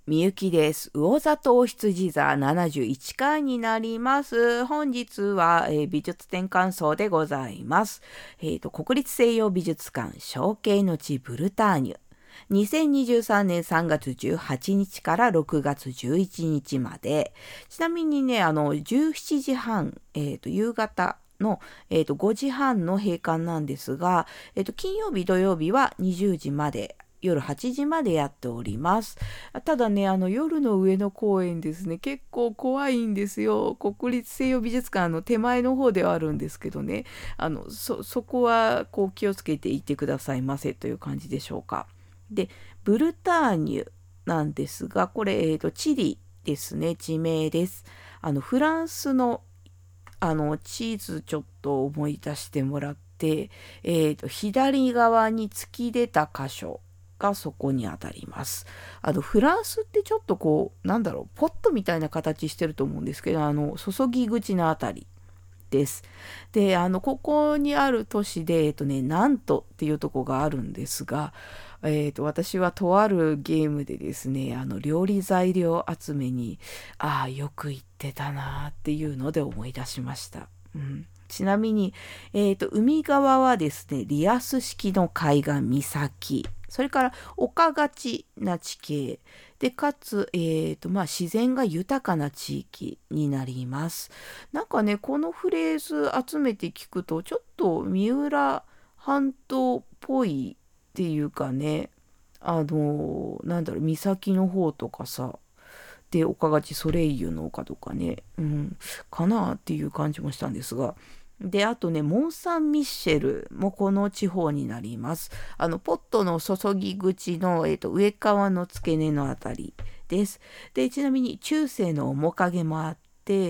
みゆきです。魚座と羊座71回になります。本日は、美術展感想でございます。国立西洋美術館象形の地ブルターニュ。2023年3月18日から6月11日まで。ちなみにね、17時半、夕方の、5時半の閉館なんですが、金曜日、土曜日は20時まで。夜8時までやっております。ただね、夜の上野公園ですね、結構怖いんですよ。国立西洋美術館の手前の方ではあるんですけどね、そこはこう気をつけていってくださいませという感じでしょうか。で、ブルターニュなんですが、これ、チリですね、地名です。フランスの地図ちょっと思い出してもらって、左側に突き出た箇所がそこにあたります。フランスってちょっとこう、なんだろう、ポットみたいな形してると思うんですけど、注ぎ口のあたりです。で、ここにある都市で、ナントっていうとこがあるんですが、私はとあるゲームでですね、料理材料集めに、よく行ってたなっていうので思い出しました。ちなみに、海側はですね、リアス式の海岸、岬、それから丘がちな地形、で、かつ、自然が豊かな地域になります。なんかね、このフレーズ集めて聞くと、ちょっと三浦半島っぽいっていうかね、なんだろう、岬の方とかさ、で、岡勝ソレイユの丘とかね、かなっていう感じもしたんですが、で、あとね、モン・サン・ミッシェルもこの地方になります。ポットの注ぎ口の、上側の付け根のあたりです。で、ちなみに中世の面影もあって、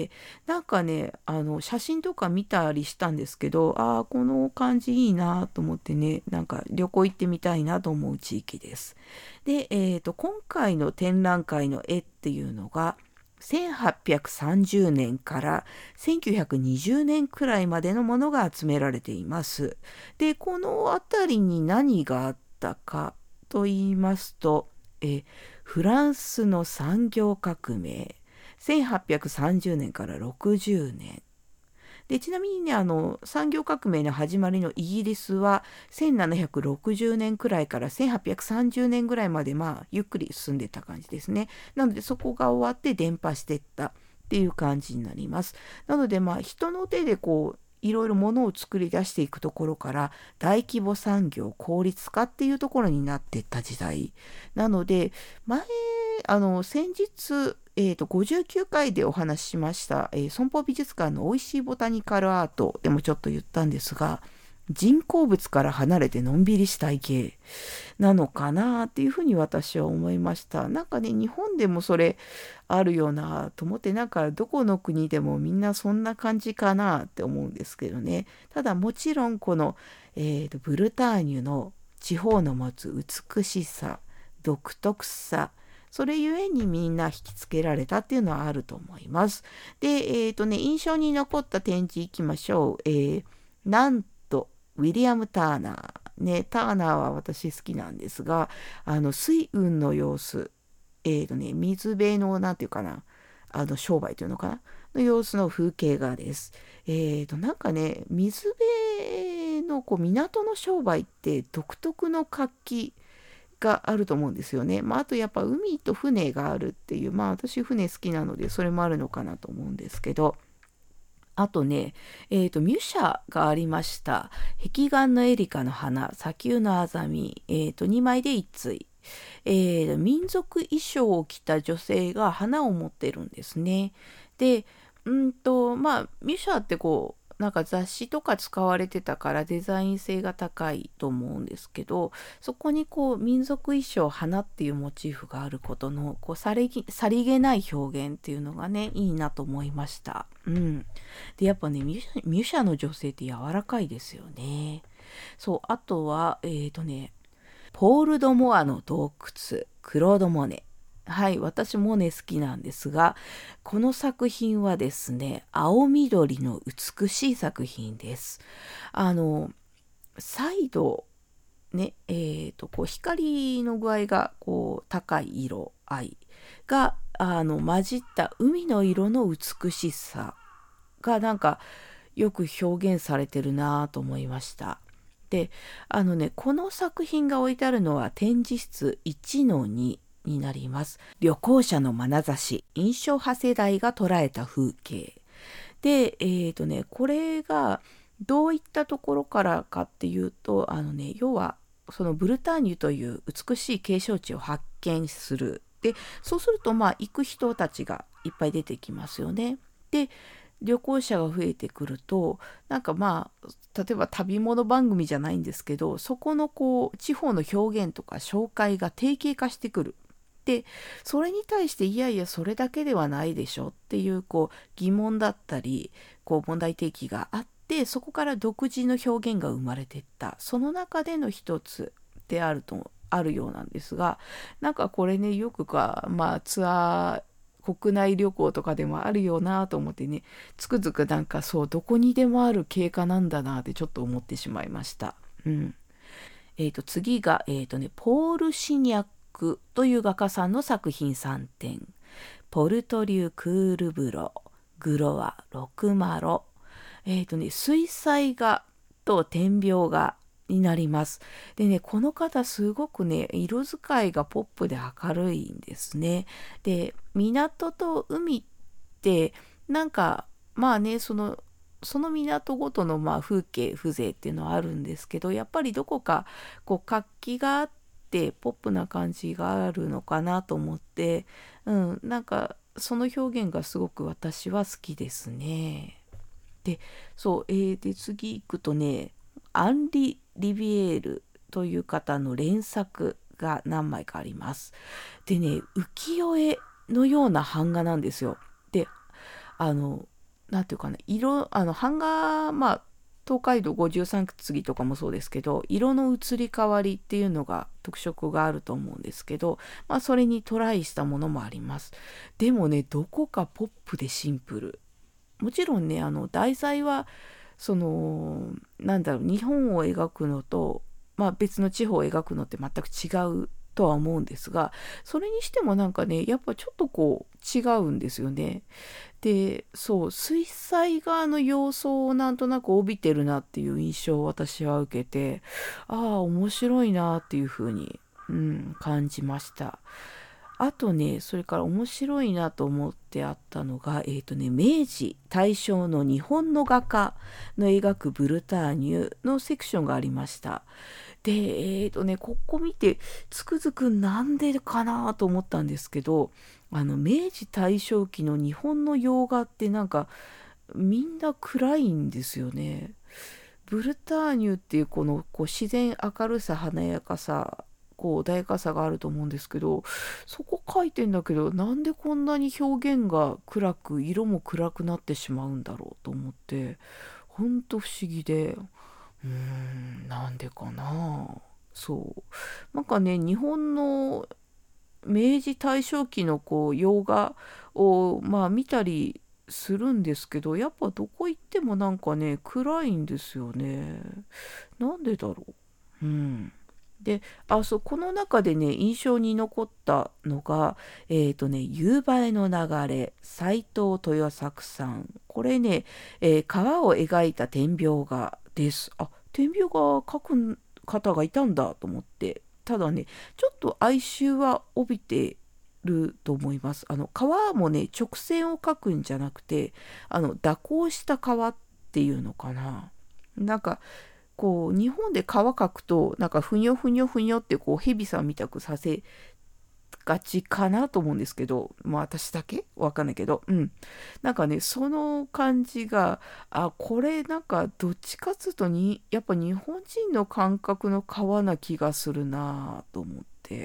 なんかね、写真とか見たりしたんですけど、この感じいいなと思ってね、なんか旅行行ってみたいなと思う地域です。で、今回の展覧会の絵っていうのが、1830年から1920年くらいまでのものが集められています。で、この辺りに何があったかと言いますと、フランスの産業革命、1830年から60年。で、ちなみにね、産業革命の始まりのイギリスは1760年くらいから1830年ぐらいまでゆっくり進んでた感じですね。なのでそこが終わって伝播していったっていう感じになります。なので人の手でこういろいろものを作り出していくところから大規模産業効率化っていうところになっていった時代なので、先日59回でお話ししました、損保美術館の美味しいボタニカルアートでもちょっと言ったんですが、人工物から離れてのんびりしたい系なのかなっていうふうに私は思いました。なんかね、日本でもそれあるよなと思って、なんかどこの国でもみんなそんな感じかなって思うんですけどね。ただもちろんこの、ブルターニュの地方の持つ美しさ、独特さ、それゆえにみんな引きつけられたっていうのはあると思います。で、印象に残った展示いきましょう。なんと、ウィリアム・ターナー。ね、ターナーは私好きなんですが、水運の様子、水辺の、なんていうかな、商売というのかな、の様子の風景画です。なんかね、水辺のこう港の商売って独特の活気、があると思うんですよね。あとやっぱ海と船があるっていう、私船好きなのでそれもあるのかなと思うんですけど、あとね、ミュシャがありました。壁眼のエリカの花、砂丘のあざみ、2枚で1対。民族衣装を着た女性が花を持ってるんですね。で、ミュシャってこう、なんか雑誌とか使われてたからデザイン性が高いと思うんですけど、そこにこう民族衣装花っていうモチーフがあることのこうさりげない表現っていうのがね、いいなと思いました。で、やっぱね、ミュシャの女性って柔らかいですよね。そう、あとは、ポール・ド・モアの洞窟、クロード・モネ。はい、私モネ好きなんですが、この作品はですね、青緑の美しい作品です。サイドね、こう光の具合がこう高い色合いが混じった海の色の美しさがなんかよく表現されてるなと思いました。で、この作品が置いてあるのは展示室1-2になります。旅行者の眼差し、印象派世代が捉えた風景。で、これがどういったところからかっていうと、要はそのブルターニュという美しい景勝地を発見する。で、そうすると行く人たちがいっぱい出てきますよね。で、旅行者が増えてくると、なんか例えば旅物番組じゃないんですけど、そこのこう地方の表現とか紹介が定型化してくる。で、それに対していやいやそれだけではないでしょっていうこう疑問だったり、こう問題提起があって、そこから独自の表現が生まれていった。その中での一つであるようなんですが、なんかこれね、よくツアー国内旅行とかでもあるよなと思ってね、つくづくなんかそうどこにでもある経過なんだなってちょっと思ってしまいました。うん。次がポール・シニャックという画家さんの作品3点。ポルトリュー・クールブロ、グロワ、ロクマロ。水彩画と点描画になります。でね、この方すごくね、色使いがポップで明るいんですね。で、港と海ってなんかその港ごとの風景風情っていうのはあるんですけど、やっぱりどこかこう活気があってポップな感じがあるのかなと思って、なんかその表現がすごく私は好きですね。で、そう、で次行くとね、アンリ・リビエールという方の連作が何枚かあります。でね、浮世絵のような版画なんですよ。で、なんていうかな、版画、東海道53次とかもそうですけど、色の移り変わりっていうのが特色があると思うんですけど、それにトライしたものもあります。でもね、どこかポップでシンプル。もちろんね、題材は日本を描くのと、別の地方を描くのって全く違うとは思うんですが、それにしてもなんかね、やっぱちょっとこう違うんですよね。で、そう、水彩画の要素をなんとなく帯びてるなっていう印象を私は受けて、ああ、面白いなっていうふうに、感じました。あとね、それから面白いなと思ってあったのが、明治、大正の日本の画家の描くブルターニュのセクションがありました。で、ここ見て、つくづくなんでかなと思ったんですけど、明治大正期の日本の洋画ってなんか、みんな暗いんですよね。ブルターニュっていうこう自然明るさ華やかさこう穏やかさがあると思うんですけど、そこ書いてんだけどなんでこんなに表現が暗く色も暗くなってしまうんだろうと思って、ほんと不思議で、なんでかな。そうなんかね、日本の明治大正期のこう洋画を見たりするんですけど、やっぱどこ行ってもなんかね暗いんですよね。なんでだろう。で、そう、この中でね印象に残ったのが夕映えの流れ、斎藤豊作さん。これね、川を描いた点描画です。点描画描く方がいたんだと思って。ただね、ちょっと哀愁は帯びてると思います。川もね、直線を描くんじゃなくて、蛇行した川っていうのかな。なんか、こう、日本で川描くと、なんか、ふにょふにょふにょって、こう、蛇さんみたくさせがちかなと思うんですけど、私だけわかんないけど、なんかね、その感じが、これなんかどっちかっつうとやっぱ日本人の感覚の川な気がするなと思って、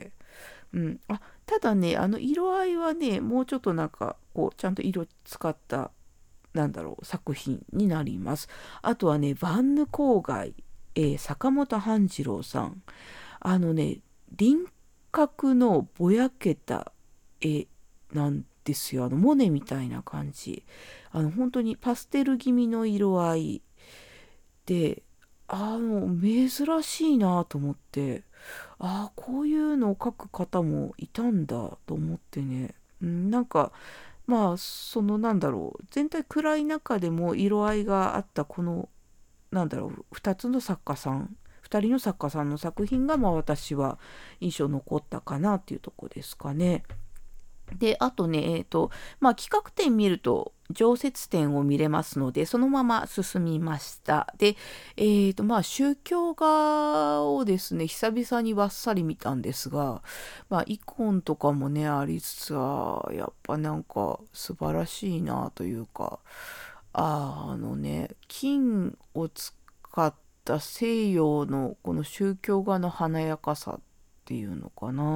ただね、色合いはね、もうちょっとなんか、こう、ちゃんと色使った、作品になります。あとはね、バンヌ郊外、坂本半次郎さん。輪郭のぼやけた絵なんですよ。モネみたいな感じ。本当にパステル気味の色合いで、 珍しいなと思って、こういうのを描く方もいたんだと思ってね。なんか、なんだろう、全体暗い中でも色合いがあったこの、なんだろう、2人の作家さんの作品が、私は印象残ったかなっていうとこですかね。で、あとね、企画展見ると常設展を見れますので、そのまま進みました。で、宗教画をですね、久々にわっさり見たんですが、イコンとかもね、ありつつは、やっぱなんか素晴らしいなというか、金を使った西洋のこの宗教画の華やかさっていうのかな。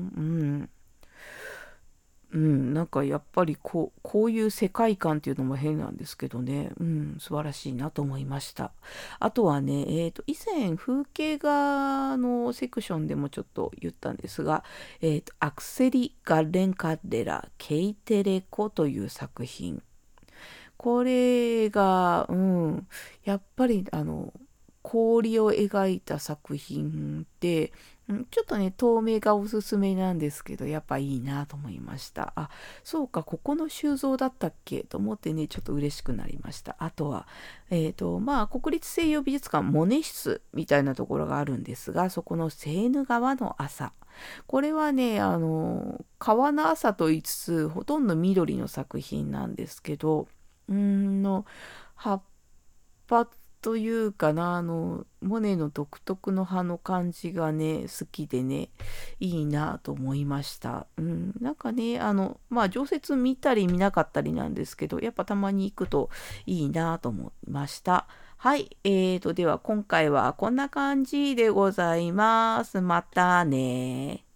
なんかやっぱりこういう世界観っていうのも変なんですけどね、素晴らしいなと思いました。あとはね、以前風景画のセクションでもちょっと言ったんですが、アクセリ・ガッレンカッレラ・ケイテレコという作品。これが、やっぱり氷を描いた作品で、ちょっとね、透明がおすすめなんですけど、やっぱいいなと思いました。そうか、ここの収蔵だったっけと思ってね、ちょっと嬉しくなりました。あとは、国立西洋美術館モネ室みたいなところがあるんですが、そこのセーヌ川の朝。これはね、川の朝と言いつつ、ほとんど緑の作品なんですけど、葉っぱというかな、モネの独特の葉の感じがね、好きでね、いいなと思いました。なんかね、常設見たり見なかったりなんですけど、やっぱたまに行くといいなと思いました。はい、では今回はこんな感じでございます。またね